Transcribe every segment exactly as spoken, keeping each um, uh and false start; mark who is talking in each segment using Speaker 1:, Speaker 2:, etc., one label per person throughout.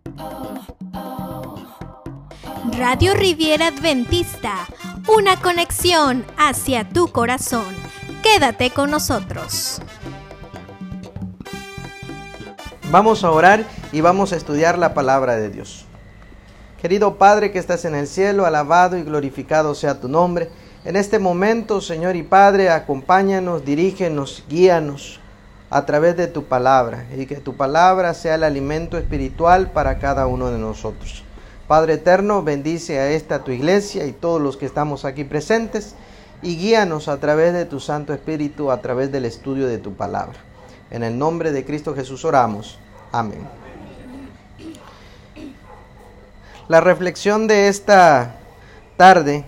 Speaker 1: Radio Riviera Adventista, una conexión hacia tu corazón. Quédate con nosotros.
Speaker 2: Vamos a orar y vamos a estudiar la palabra de Dios. Querido Padre que estás en el cielo, alabado y glorificado sea tu nombre. En este momento, Señor y Padre, acompáñanos, dirígenos, guíanos a través de tu palabra, y que tu palabra sea el alimento espiritual para cada uno de nosotros. Padre eterno, bendice a esta tu iglesia y todos los que estamos aquí presentes, y guíanos a través de tu Santo Espíritu, a través del estudio de tu palabra. En el nombre de Cristo Jesús oramos. Amén. La reflexión de esta tarde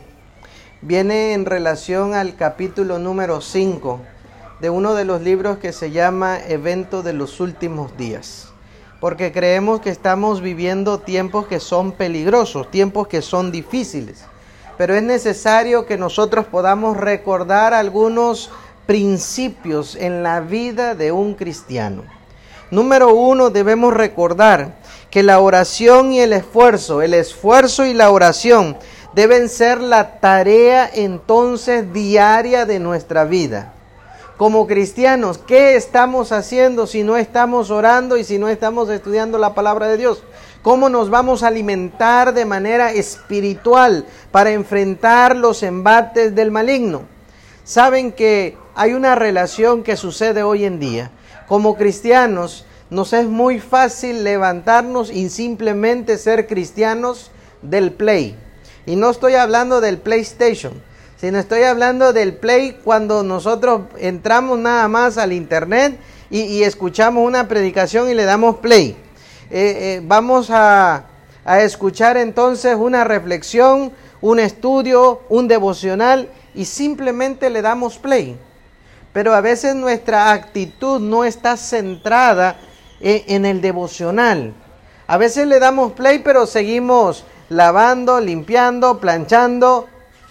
Speaker 2: viene en relación al capítulo número cinco de uno de los libros que se llama Evento de los Últimos Días. Porque creemos que estamos viviendo tiempos que son peligrosos, tiempos que son difíciles. Pero es necesario que nosotros podamos recordar algunos principios en la vida de un cristiano. Número uno, debemos recordar que la oración y el esfuerzo, el esfuerzo y la oración deben ser la tarea entonces diaria de nuestra vida. Como cristianos, ¿qué estamos haciendo si no estamos orando y si no estamos estudiando la palabra de Dios? ¿Cómo nos vamos a alimentar de manera espiritual para enfrentar los embates del maligno? Saben que hay una relación que sucede hoy en día. Como cristianos, nos es muy fácil levantarnos y simplemente ser cristianos del Play. Y no estoy hablando del PlayStation, sino estoy hablando del Play cuando nosotros entramos nada más al internet y, y escuchamos una predicación y le damos Play. Eh, eh, vamos a, a escuchar entonces una reflexión, un estudio, un devocional y simplemente le damos Play. Pero a veces nuestra actitud no está centrada en, en el devocional. A veces le damos Play pero seguimos lavando, limpiando, planchando.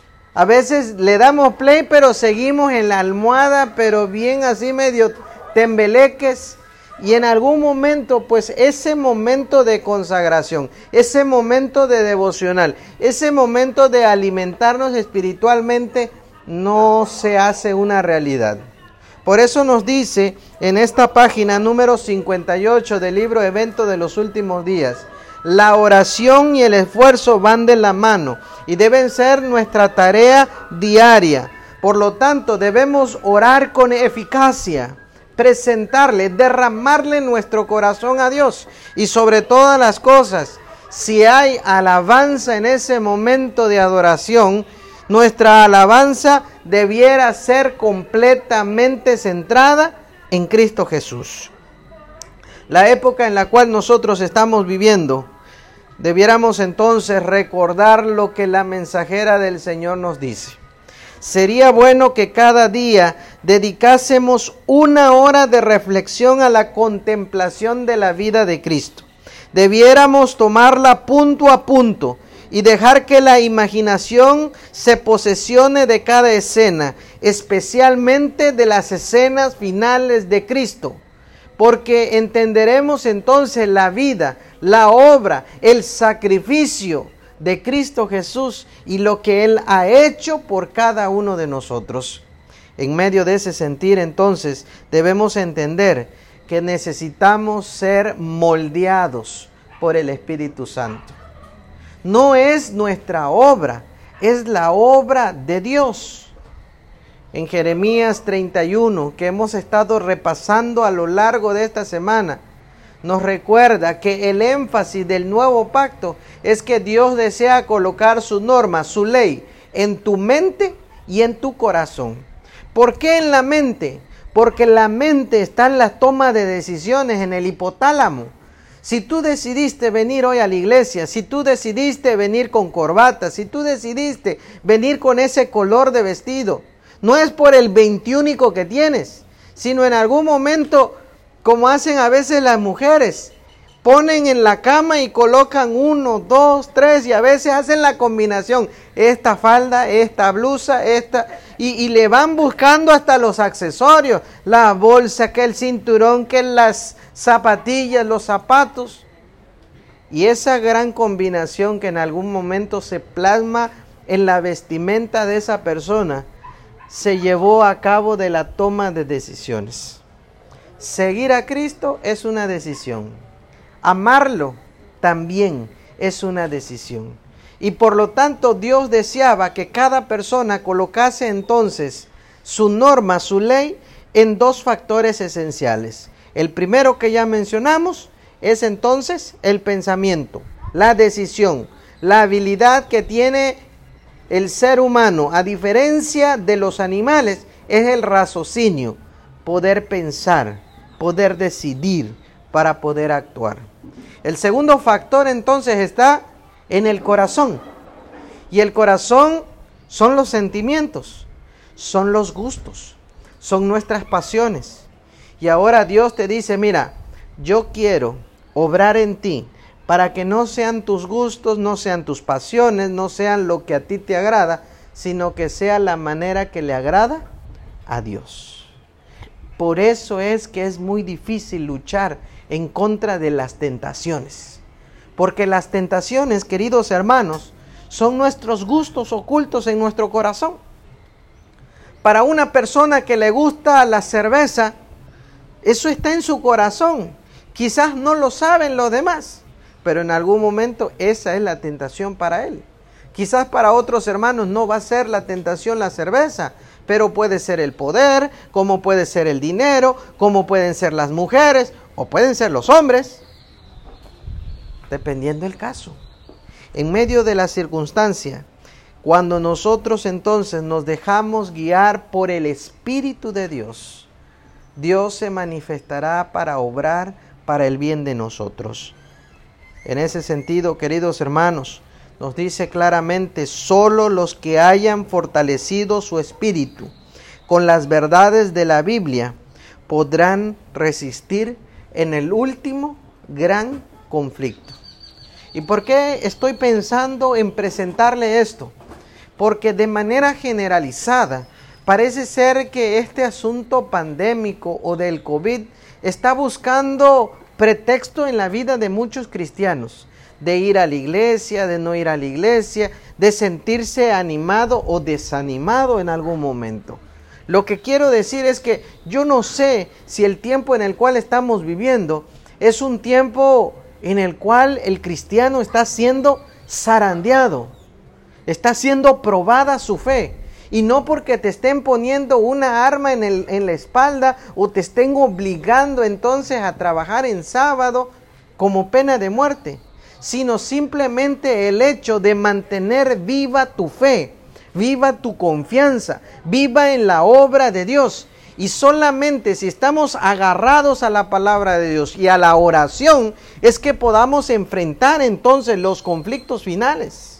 Speaker 2: A veces le damos Play pero seguimos en la almohada, pero bien así medio tembeleques. Y en algún momento, pues ese momento de consagración, ese momento de devocional, ese momento de alimentarnos espiritualmente no se hace una realidad. Por eso nos dice en esta página número cincuenta y ocho del libro Evento de los Últimos Días, la oración y el esfuerzo van de la mano y deben ser nuestra tarea diaria. Por lo tanto, debemos orar con eficacia, presentarle, derramarle nuestro corazón a Dios. Y sobre todas las cosas, si hay alabanza en ese momento de adoración, nuestra alabanza debiera ser completamente centrada en Cristo Jesús. La época en la cual nosotros estamos viviendo, debiéramos entonces recordar lo que la mensajera del Señor nos dice. Sería bueno que cada día dedicásemos una hora de reflexión a la contemplación de la vida de Cristo. Debiéramos tomarla punto a punto y dejar que la imaginación se posesione de cada escena, especialmente de las escenas finales de Cristo. Porque entenderemos entonces la vida, la obra, el sacrificio de Cristo Jesús y lo que Él ha hecho por cada uno de nosotros. En medio de ese sentir, entonces, debemos entender que necesitamos ser moldeados por el Espíritu Santo. No es nuestra obra, es la obra de Dios. En Jeremías treinta y uno, que hemos estado repasando a lo largo de esta semana, nos recuerda que el énfasis del nuevo pacto es que Dios desea colocar su norma, su ley, en tu mente y en tu corazón. ¿Por qué en la mente? Porque la mente está en la toma de decisiones, en el hipotálamo. Si tú decidiste venir hoy a la iglesia, si tú decidiste venir con corbata, si tú decidiste venir con ese color de vestido, no es por el veintiúnico que tienes, sino en algún momento, como hacen a veces las mujeres, ponen en la cama y colocan uno, dos, tres y a veces hacen la combinación, esta falda, esta blusa, esta, y, y le van buscando hasta los accesorios, la bolsa, que el cinturón, que las zapatillas, los zapatos. Y esa gran combinación que en algún momento se plasma en la vestimenta de esa persona, se llevó a cabo de la toma de decisiones. Seguir a Cristo es una decisión. Amarlo también es una decisión. Y por lo tanto Dios deseaba que cada persona colocase entonces su norma, su ley, en dos factores esenciales. El primero que ya mencionamos es entonces el pensamiento, la decisión, la habilidad que tiene el ser humano, a diferencia de los animales, es el raciocinio, poder pensar, poder decidir para poder actuar. El segundo factor entonces está en el corazón. Y el corazón son los sentimientos, son los gustos, son nuestras pasiones. Y ahora Dios te dice, mira, yo quiero obrar en ti para que no sean tus gustos, no sean tus pasiones, no sean lo que a ti te agrada, sino que sea la manera que le agrada a Dios. Por eso es que es muy difícil luchar en contra de las tentaciones. Porque las tentaciones, queridos hermanos, son nuestros gustos ocultos en nuestro corazón. Para una persona que le gusta la cerveza, eso está en su corazón. Quizás no lo saben los demás, pero en algún momento esa es la tentación para él. Quizás para otros hermanos no va a ser la tentación la cerveza, pero puede ser el poder, como puede ser el dinero, como pueden ser las mujeres, o pueden ser los hombres, dependiendo del caso. En medio de la circunstancia, cuando nosotros entonces nos dejamos guiar por el Espíritu de Dios, Dios se manifestará para obrar para el bien de nosotros. En ese sentido, queridos hermanos, nos dice claramente, solo los que hayan fortalecido su espíritu con las verdades de la Biblia podrán resistir en el último gran conflicto. ¿Y por qué estoy pensando en presentarle esto? Porque de manera generalizada parece ser que este asunto pandémico o del COVID está buscando pretexto en la vida de muchos cristianos, de ir a la iglesia, de no ir a la iglesia, de sentirse animado o desanimado en algún momento. Lo que quiero decir es que yo no sé si el tiempo en el cual estamos viviendo es un tiempo en el cual el cristiano está siendo zarandeado, está siendo probada su fe. Y no porque te estén poniendo una arma en, el, en la espalda o te estén obligando entonces a trabajar en sábado como pena de muerte, sino simplemente el hecho de mantener viva tu fe, viva tu confianza, viva en la obra de Dios. Y solamente si estamos agarrados a la palabra de Dios y a la oración es que podamos enfrentar entonces los conflictos finales.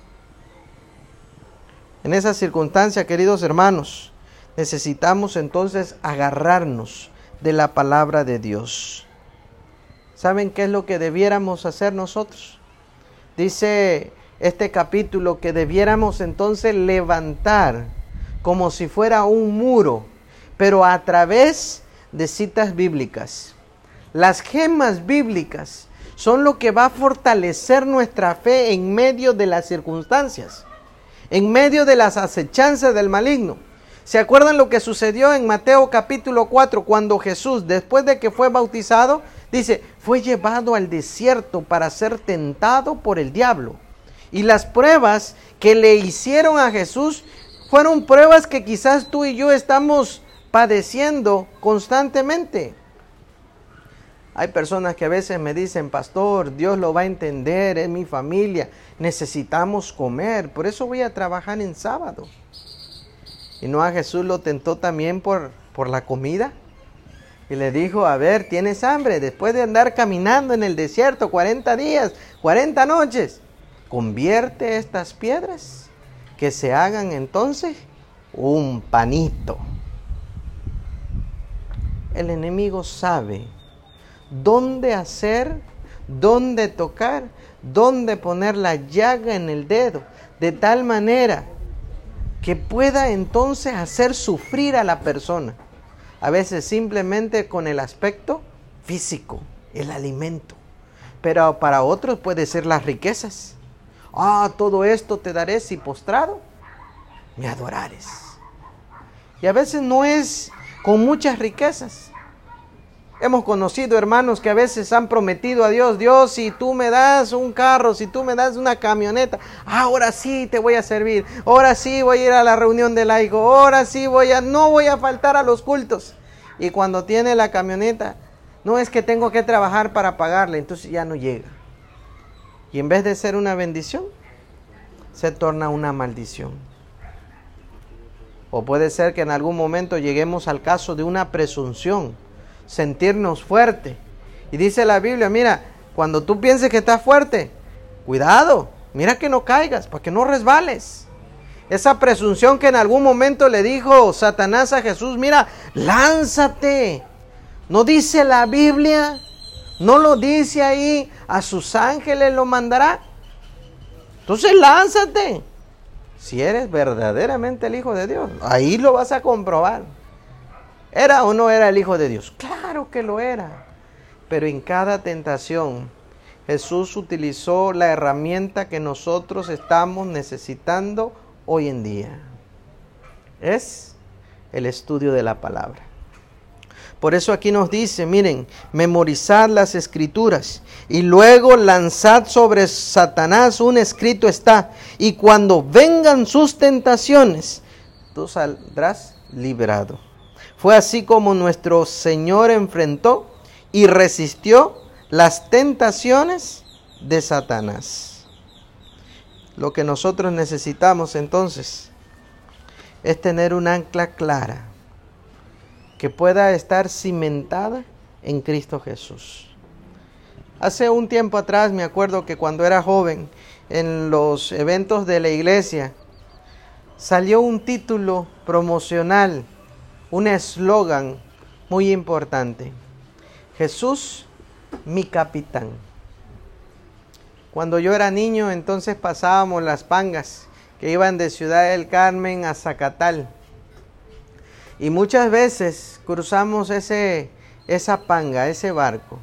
Speaker 2: En esa circunstancia, queridos hermanos, necesitamos entonces agarrarnos de la palabra de Dios. ¿Saben qué es lo que debiéramos hacer nosotros? Dice este capítulo que debiéramos entonces levantar como si fuera un muro, pero a través de citas bíblicas. Las gemas bíblicas son lo que va a fortalecer nuestra fe en medio de las circunstancias, en medio de las acechanzas del maligno. ¿Se acuerdan lo que sucedió en Mateo capítulo cuatro cuando Jesús, después de que fue bautizado, dice, fue llevado al desierto para ser tentado por el diablo? Y las pruebas que le hicieron a Jesús fueron pruebas que quizás tú y yo estamos padeciendo constantemente. Hay personas que a veces me dicen, pastor, Dios lo va a entender, es mi familia, necesitamos comer, por eso voy a trabajar en sábado. ¿Y no a Jesús lo tentó también por, por la comida? Y le dijo, a ver, ¿tienes hambre? Después de andar caminando en el desierto cuarenta días, cuarenta noches, convierte estas piedras que se hagan entonces un panito. El enemigo sabe dónde hacer, dónde tocar, dónde poner la llaga en el dedo, de tal manera que pueda entonces hacer sufrir a la persona. A veces simplemente con el aspecto físico, el alimento. Pero para otros puede ser las riquezas. Ah, todo esto te daré si postrado me adorares. Y a veces no es con muchas riquezas. Hemos conocido hermanos que a veces han prometido a Dios: Dios, si tú me das un carro, si tú me das una camioneta, ahora sí te voy a servir, ahora sí voy a ir a la reunión de laico, ahora sí voy a, no voy a faltar a los cultos. Y cuando tiene la camioneta, no, es que tengo que trabajar para pagarle, entonces ya no llega. Y en vez de ser una bendición, se torna una maldición. O puede ser que en algún momento lleguemos al caso de una presunción, sentirnos fuerte. Y dice la Biblia, mira, cuando tú pienses que estás fuerte, cuidado, mira que no caigas, para que no resbales. Esa presunción que en algún momento le dijo Satanás a Jesús: mira, lánzate. ¿No dice la Biblia? ¿No lo dice ahí? A sus ángeles lo mandará. Entonces lánzate. Si eres verdaderamente el Hijo de Dios, ahí lo vas a comprobar. ¿Era o no era el Hijo de Dios? Claro que lo era. Pero en cada tentación, Jesús utilizó la herramienta que nosotros estamos necesitando hoy en día. Es el estudio de la palabra. Por eso aquí nos dice, miren, memorizad las escrituras y luego lanzad sobre Satanás un escrito está, y cuando vengan sus tentaciones, tú saldrás librado. Fue así como nuestro Señor enfrentó y resistió las tentaciones de Satanás. Lo que nosotros necesitamos entonces es tener un ancla clara que pueda estar cimentada en Cristo Jesús. Hace un tiempo atrás me acuerdo que cuando era joven, en los eventos de la iglesia, salió un título promocional, un eslogan muy importante: Jesús, mi capitán. Cuando yo era niño, entonces pasábamos las pangas que iban de Ciudad del Carmen a Zacatal. Y muchas veces cruzamos ese, esa panga, ese barco.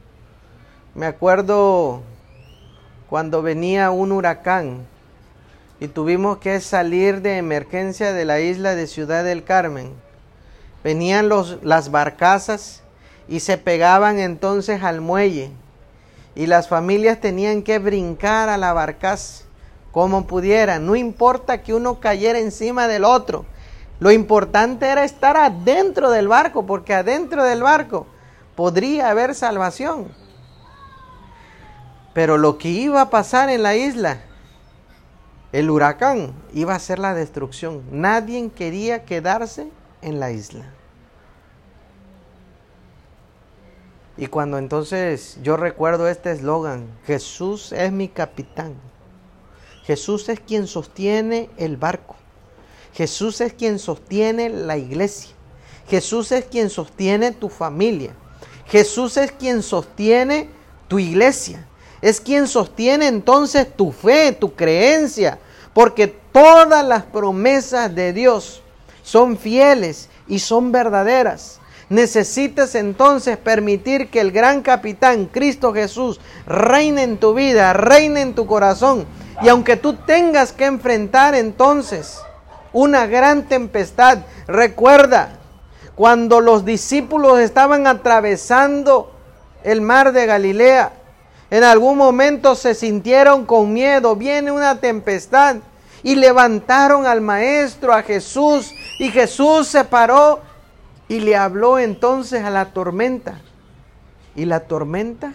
Speaker 2: Me acuerdo cuando venía un huracán y tuvimos que salir de emergencia de la isla de Ciudad del Carmen. Venían los, las barcazas y se pegaban entonces al muelle. Y las familias tenían que brincar a la barcaza como pudieran. No importa que uno cayera encima del otro. Lo importante era estar adentro del barco, porque adentro del barco podría haber salvación. Pero lo que iba a pasar en la isla, el huracán, iba a ser la destrucción. Nadie quería quedarse en la isla. Y cuando entonces yo recuerdo este eslogan: Jesús es mi capitán. Jesús es quien sostiene el barco. Jesús es quien sostiene la iglesia. Jesús es quien sostiene tu familia. Jesús es quien sostiene tu iglesia. Es quien sostiene entonces tu fe, tu creencia. Porque todas las promesas de Dios son fieles y son verdaderas. Necesitas entonces permitir que el gran capitán, Cristo Jesús, reine en tu vida, reine en tu corazón. Y aunque tú tengas que enfrentar entonces una gran tempestad, recuerda, cuando los discípulos estaban atravesando el mar de Galilea, en algún momento se sintieron con miedo, viene una tempestad, y levantaron al Maestro, a Jesús, y Jesús se paró y le habló entonces a la tormenta, y la tormenta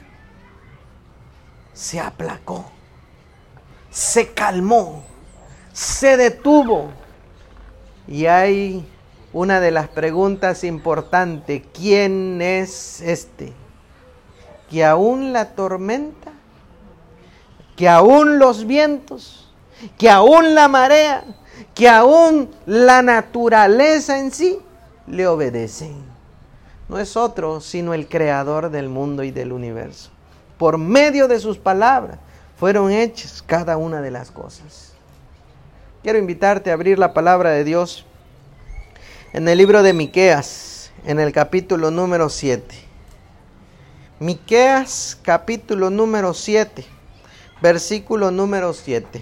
Speaker 2: se aplacó, se calmó, se detuvo. Y hay una de las preguntas importantes: ¿quién es este? Que aún la tormenta, que aún los vientos, que aún la marea, que aún la naturaleza en sí le obedecen. No es otro sino el creador del mundo y del universo. Por medio de sus palabras fueron hechas cada una de las cosas. Quiero invitarte a abrir la palabra de Dios en el libro de Miqueas, en el capítulo número siete. Miqueas capítulo número siete, versículo número siete.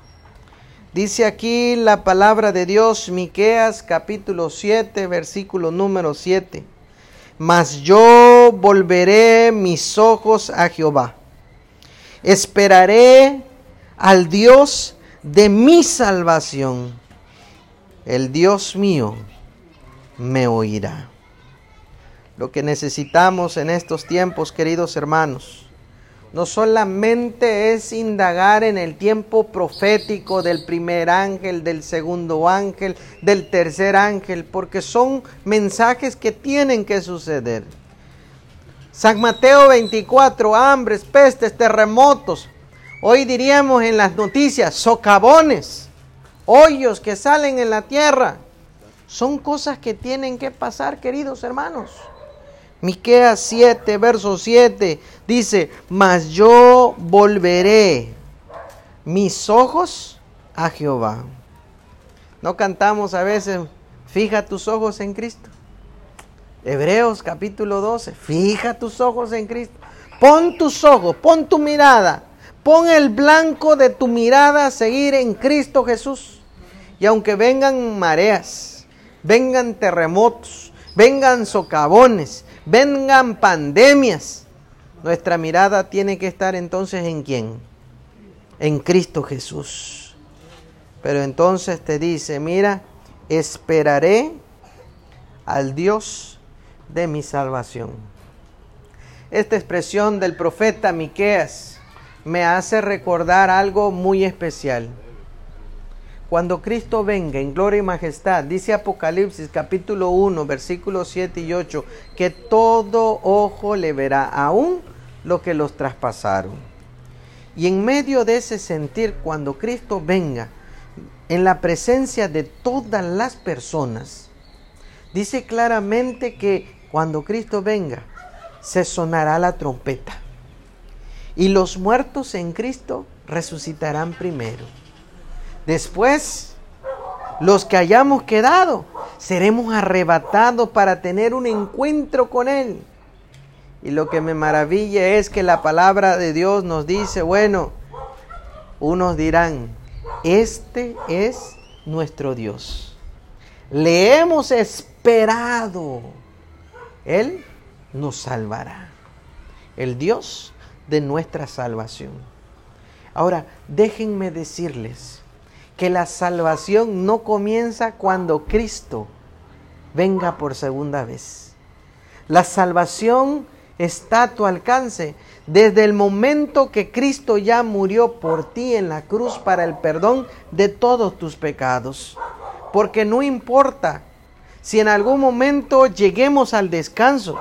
Speaker 2: Dice aquí la palabra de Dios, Miqueas capítulo siete, versículo número siete. Mas yo volveré mis ojos a Jehová. Esperaré al Dios de mi salvación. El Dios mío me oirá. Lo que necesitamos en estos tiempos, queridos hermanos, no solamente es indagar en el tiempo profético del primer ángel, del segundo ángel, del tercer ángel, porque son mensajes que tienen que suceder. San Mateo veinticuatro, hambres, pestes, terremotos. Hoy diríamos en las noticias, socavones, hoyos que salen en la tierra. Son cosas que tienen que pasar, queridos hermanos. Miqueas siete, verso siete, dice, mas yo volveré mis ojos a Jehová. ¿No cantamos a veces, fija tus ojos en Cristo? Hebreos capítulo doce, fija tus ojos en Cristo. Pon tus ojos, pon tu mirada, pon el blanco de tu mirada a seguir en Cristo Jesús. Y aunque vengan mareas, vengan terremotos, vengan socavones, vengan pandemias, nuestra mirada tiene que estar entonces ¿en quién? En Cristo Jesús. Pero entonces te dice, mira, esperaré al Dios de mi salvación. Esta expresión del profeta Miqueas me hace recordar algo muy especial. Cuando Cristo venga en gloria y majestad, dice Apocalipsis capítulo uno, versículos siete y ocho, que todo ojo le verá, aún lo que los traspasaron. Y en medio de ese sentir, cuando Cristo venga, en la presencia de todas las personas, dice claramente que cuando Cristo venga, se sonará la trompeta. Y los muertos en Cristo resucitarán primero. Después, los que hayamos quedado, seremos arrebatados para tener un encuentro con Él. Y lo que me maravilla es que la palabra de Dios nos dice, bueno, unos dirán, este es nuestro Dios. Le hemos esperado. Él nos salvará. El Dios de nuestra salvación. Ahora, déjenme decirles que la salvación no comienza cuando Cristo venga por segunda vez. La salvación está a tu alcance desde el momento que Cristo ya murió por ti en la cruz para el perdón de todos tus pecados. Porque no importa si en algún momento lleguemos al descanso,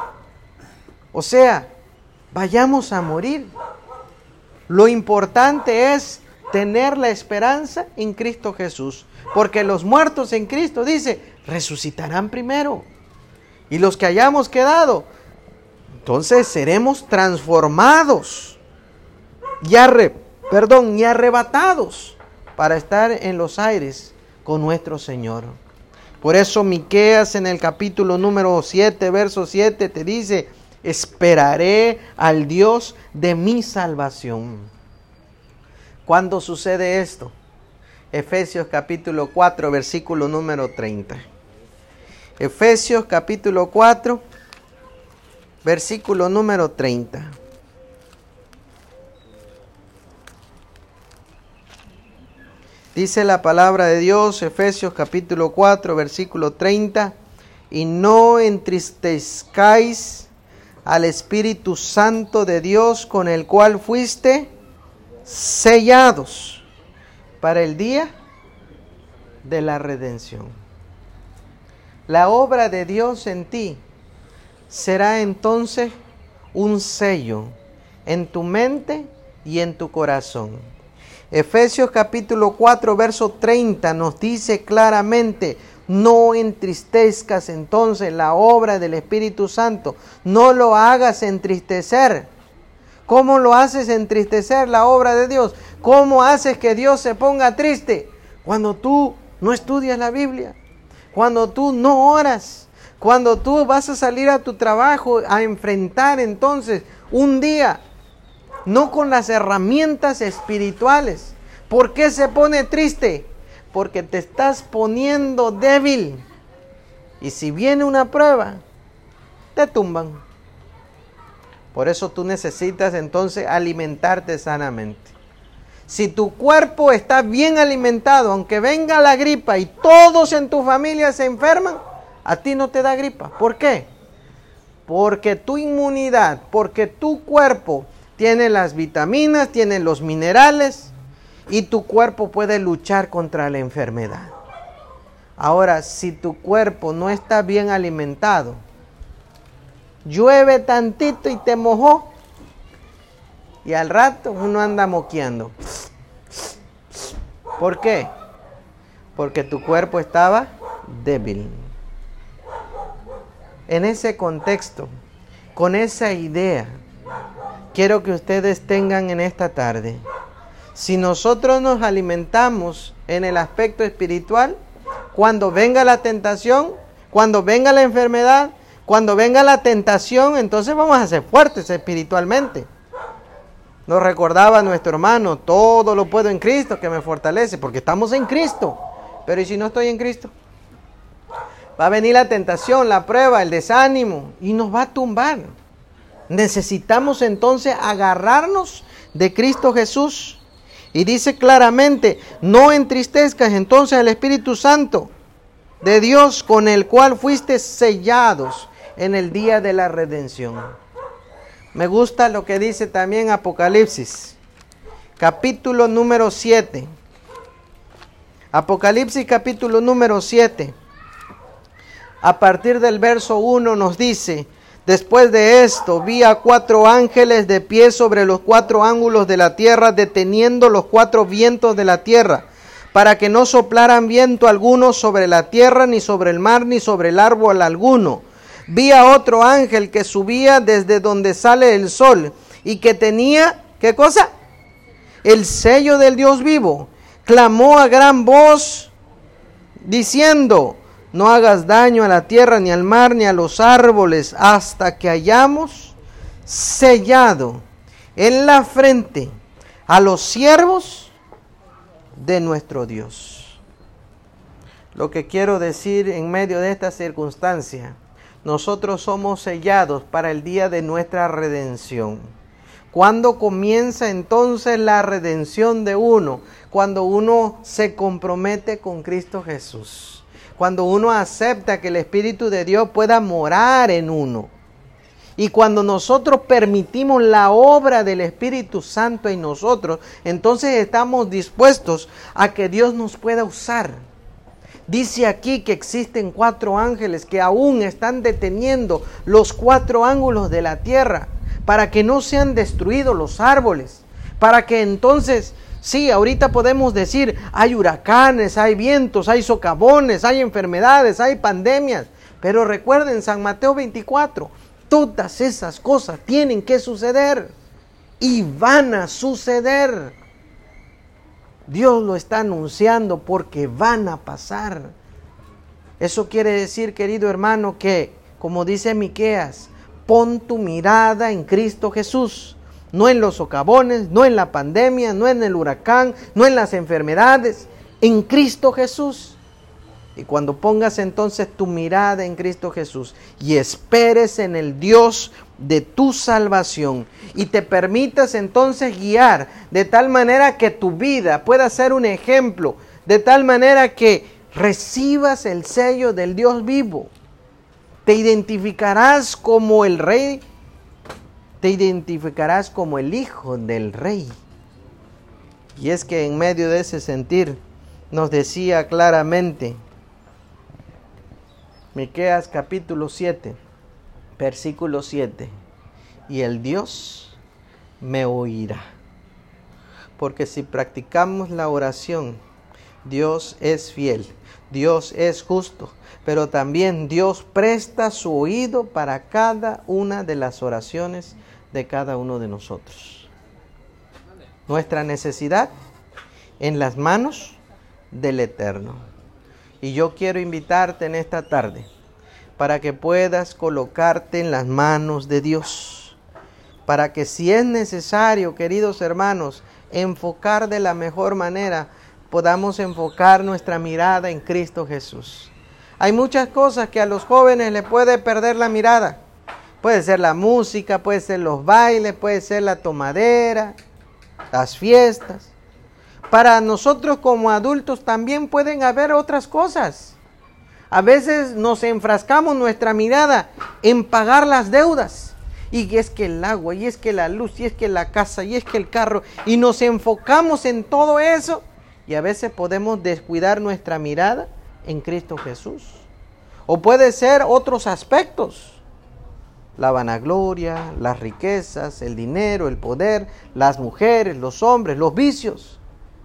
Speaker 2: o sea, vayamos a morir. Lo importante es tener la esperanza en Cristo Jesús, porque los muertos en Cristo, dice, resucitarán primero, y los que hayamos quedado, entonces seremos transformados y, arre, perdón, y arrebatados para estar en los aires con nuestro Señor. Por eso Miqueas en el capítulo número siete, verso siete, te dice, esperaré al Dios de mi salvación. ¿Cuándo sucede esto? Efesios capítulo cuatro, versículo número treinta. Efesios capítulo cuatro, versículo número treinta. Dice la palabra de Dios, Efesios capítulo cuatro, versículo treinta, y no entristezcáis al Espíritu Santo de Dios, con el cual fuiste sellados para el día de la redención. La obra de Dios en ti será entonces un sello en tu mente y en tu corazón. Efesios capítulo cuatro, verso treinta nos dice claramente, no entristezcas entonces la obra del Espíritu Santo, no lo hagas entristecer. ¿Cómo lo haces entristecer la obra de Dios? ¿Cómo haces que Dios se ponga triste? Cuando tú no estudias la Biblia, cuando tú no oras, cuando tú vas a salir a tu trabajo a enfrentar entonces un día, no con las herramientas espirituales. ¿Por qué se pone triste? Porque te estás poniendo débil. Y si viene una prueba, te tumban. Por eso tú necesitas entonces alimentarte sanamente. Si tu cuerpo está bien alimentado, aunque venga la gripa y todos en tu familia se enferman, a ti no te da gripa. ¿Por qué? Porque tu inmunidad, porque tu cuerpo tiene las vitaminas, tiene los minerales y tu cuerpo puede luchar contra la enfermedad. Ahora, si tu cuerpo no está bien alimentado, llueve tantito y te mojó, y al rato uno anda moqueando. ¿Por qué? Porque tu cuerpo estaba débil. En ese contexto, con esa idea, quiero que ustedes tengan en esta tarde, si nosotros nos alimentamos en el aspecto espiritual, cuando venga la tentación, cuando venga la enfermedad, cuando venga la tentación, entonces vamos a ser fuertes espiritualmente. Nos recordaba nuestro hermano, todo lo puedo en Cristo que me fortalece, porque estamos en Cristo. Pero ¿y si no estoy en Cristo? Va a venir la tentación, la prueba, el desánimo, y nos va a tumbar. Necesitamos entonces agarrarnos de Cristo Jesús. Y dice claramente, no entristezcas entonces al Espíritu Santo de Dios, con el cual fuiste sellados en el día de la redención. Me gusta lo que dice también Apocalipsis, capítulo número siete. Apocalipsis capítulo número siete. A partir del verso uno nos dice: después de esto vi a cuatro ángeles de pie sobre los cuatro ángulos de la tierra, deteniendo los cuatro vientos de la tierra, para que no soplaran viento alguno sobre la tierra, ni sobre el mar, ni sobre el árbol alguno. Vi a otro ángel que subía desde donde sale el sol, y que tenía, ¿qué cosa? El sello del Dios vivo. Clamó a gran voz, diciendo: no hagas daño a la tierra, ni al mar, ni a los árboles, hasta que hayamos sellado en la frente a los siervos de nuestro Dios. Lo que quiero decir en medio de esta circunstancia, nosotros somos sellados para el día de nuestra redención. ¿Cuándo comienza entonces la redención de uno? Cuando uno se compromete con Cristo Jesús. Cuando uno acepta que el Espíritu de Dios pueda morar en uno. Y cuando nosotros permitimos la obra del Espíritu Santo en nosotros, entonces estamos dispuestos a que Dios nos pueda usar. Dice aquí que existen cuatro ángeles que aún están deteniendo los cuatro ángulos de la tierra para que no sean destruidos los árboles, para que entonces... Sí, ahorita podemos decir, hay huracanes, hay vientos, hay socavones, hay enfermedades, hay pandemias. Pero recuerden San Mateo veinticuatro, todas esas cosas tienen que suceder y van a suceder. Dios lo está anunciando porque van a pasar. Eso quiere decir, querido hermano, que, como dice Miqueas, pon tu mirada en Cristo Jesús. No en los socavones, no en la pandemia, no en el huracán, no en las enfermedades, en Cristo Jesús. Y cuando pongas entonces tu mirada en Cristo Jesús y esperes en el Dios de tu salvación y te permitas entonces guiar de tal manera que tu vida pueda ser un ejemplo, de tal manera que recibas el sello del Dios vivo, te identificarás como el Rey. Te identificarás como el Hijo del Rey. Y es que en medio de ese sentir nos decía claramente Miqueas capítulo siete, versículo siete: y el Dios me oirá. Porque si practicamos la oración, Dios es fiel, Dios es justo, pero también Dios presta su oído para cada una de las oraciones de cada uno de nosotros. Nuestra necesidad en las manos del Eterno. Y yo quiero invitarte en esta tarde para que puedas colocarte en las manos de Dios. para que si es necesario, queridos hermanos, enfocar de la mejor manera, podamos enfocar nuestra mirada en Cristo Jesús. Hay muchas cosas que a los jóvenes les puede perder la mirada. Puede ser la música, puede ser los bailes, puede ser la tomadera, las fiestas. Para nosotros como adultos también pueden haber otras cosas. A veces nos enfrascamos nuestra mirada en pagar las deudas. Y es que el agua, y es que la luz, y es que la casa, y es que el carro. Y nos enfocamos en todo eso. Y a veces podemos descuidar nuestra mirada en Cristo Jesús. O puede ser otros aspectos. La vanagloria, las riquezas, el dinero, el poder, las mujeres, los hombres, los vicios.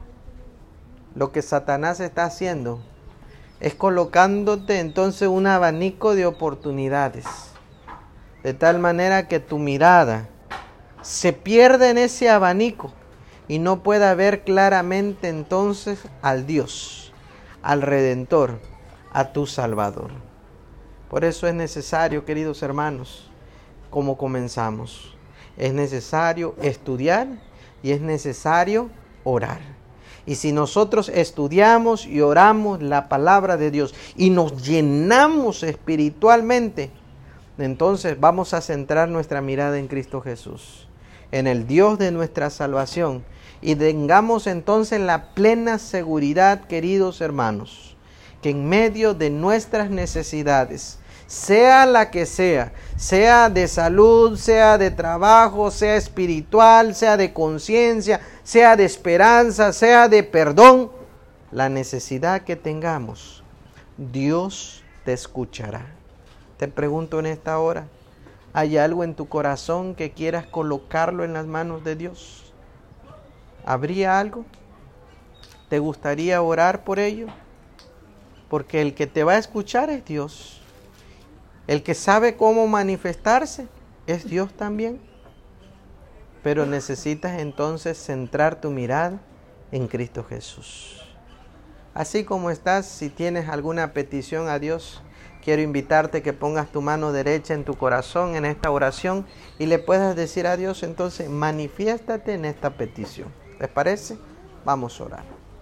Speaker 2: Lo que Satanás está haciendo es colocándote entonces un abanico de oportunidades. De tal manera que tu mirada se pierde en ese abanico y no pueda ver claramente entonces al Dios, al Redentor, a tu Salvador. Por eso es necesario, queridos hermanos, como comenzamos, es necesario estudiar y es necesario orar. Y si nosotros estudiamos y oramos la palabra de Dios y nos llenamos espiritualmente, entonces vamos a centrar nuestra mirada en Cristo Jesús, en el Dios de nuestra salvación, y tengamos entonces la plena seguridad, queridos hermanos, que en medio de nuestras necesidades, sea la que sea, sea de salud, sea de trabajo, sea espiritual, sea de conciencia, sea de esperanza, sea de perdón, la necesidad que tengamos, Dios te escuchará. Te pregunto en esta hora, ¿hay algo en tu corazón que quieras colocarlo en las manos de Dios? ¿Habría algo? ¿Te gustaría orar por ello? Porque el que te va a escuchar es Dios. El que sabe cómo manifestarse es Dios también. Pero necesitas entonces centrar tu mirada en Cristo Jesús. Así como estás, si tienes alguna petición a Dios, quiero invitarte que pongas tu mano derecha en tu corazón en esta oración y le puedas decir a Dios, entonces, manifiéstate en esta petición. ¿Les parece? Vamos a orar.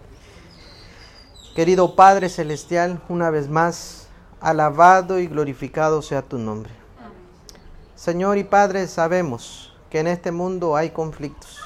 Speaker 2: Querido Padre Celestial, una vez más, alabado y glorificado sea tu nombre. Señor y Padre, sabemos que en este mundo hay conflictos.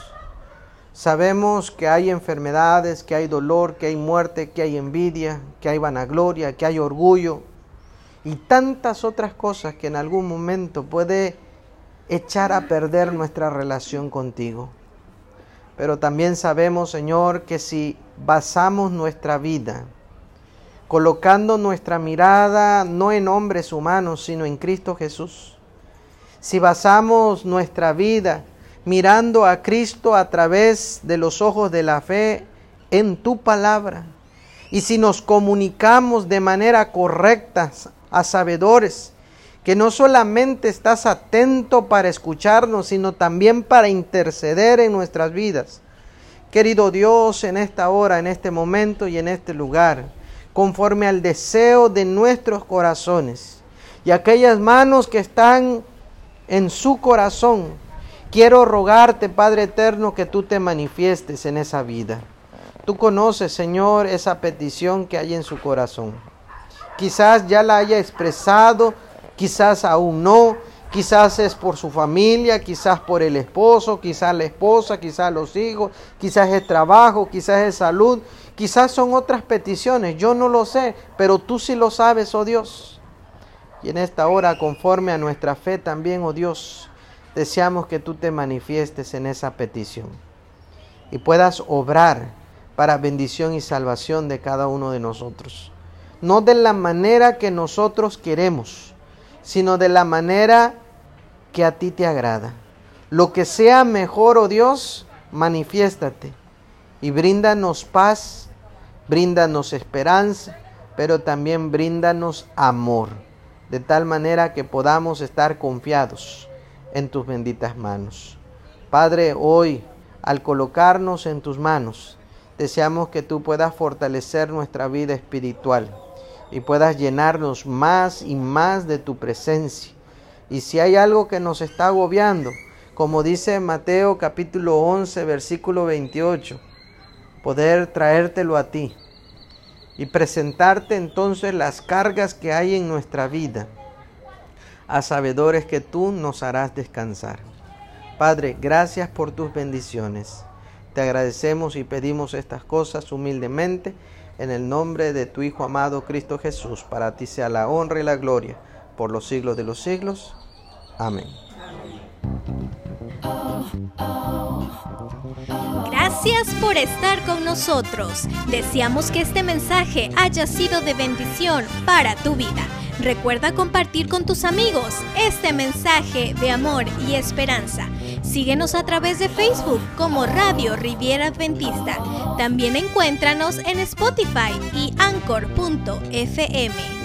Speaker 2: Sabemos que hay enfermedades, que hay dolor, que hay muerte, que hay envidia, que hay vanagloria, que hay orgullo y tantas otras cosas que en algún momento puede echar a perder nuestra relación contigo. Pero también sabemos, Señor, que si basamos nuestra vida colocando nuestra mirada no en hombres humanos, sino en Cristo Jesús, si basamos nuestra vida mirando a Cristo a través de los ojos de la fe en tu palabra, y si nos comunicamos de manera correcta a sabedores que no solamente estás atento para escucharnos, sino también para interceder en nuestras vidas. Querido Dios, en esta hora, en este momento y en este lugar, conforme al deseo de nuestros corazones y aquellas manos que están en su corazón, quiero rogarte, Padre eterno, que tú te manifiestes en esa vida. Tú conoces, Señor, esa petición que hay en su corazón. Quizás ya la haya expresado, quizás aún no, quizás es por su familia, quizás por el esposo, quizás la esposa, quizás los hijos, quizás es trabajo, quizás es salud, quizás son otras peticiones, yo no lo sé, pero tú sí lo sabes, oh Dios. Y en esta hora, conforme a nuestra fe también, oh Dios, deseamos que tú te manifiestes en esa petición y puedas obrar para bendición y salvación de cada uno de nosotros. No de la manera que nosotros queremos, sino de la manera que a ti te agrada. Lo que sea mejor, oh Dios, manifiéstate y bríndanos paz, bríndanos esperanza, pero también bríndanos amor, de tal manera que podamos estar confiados en tus benditas manos. Padre, hoy, al colocarnos en tus manos, deseamos que tú puedas fortalecer nuestra vida espiritual y puedas llenarnos más y más de tu presencia. Y si hay algo que nos está agobiando, como dice Mateo capítulo once, versículo veintiocho, poder traértelo a ti y presentarte entonces las cargas que hay en nuestra vida, a sabedores que tú nos harás descansar. Padre, gracias por tus bendiciones. Te agradecemos y pedimos estas cosas humildemente en el nombre de tu Hijo amado Cristo Jesús. Para ti sea la honra y la gloria por los siglos de los siglos. Amén.
Speaker 1: Gracias por estar con nosotros. Deseamos que este mensaje haya sido de bendición para tu vida. Recuerda compartir con tus amigos este mensaje de amor y esperanza. Síguenos a través de Facebook como Radio Riviera Adventista. También encuéntranos en Spotify y Anchor punto F M.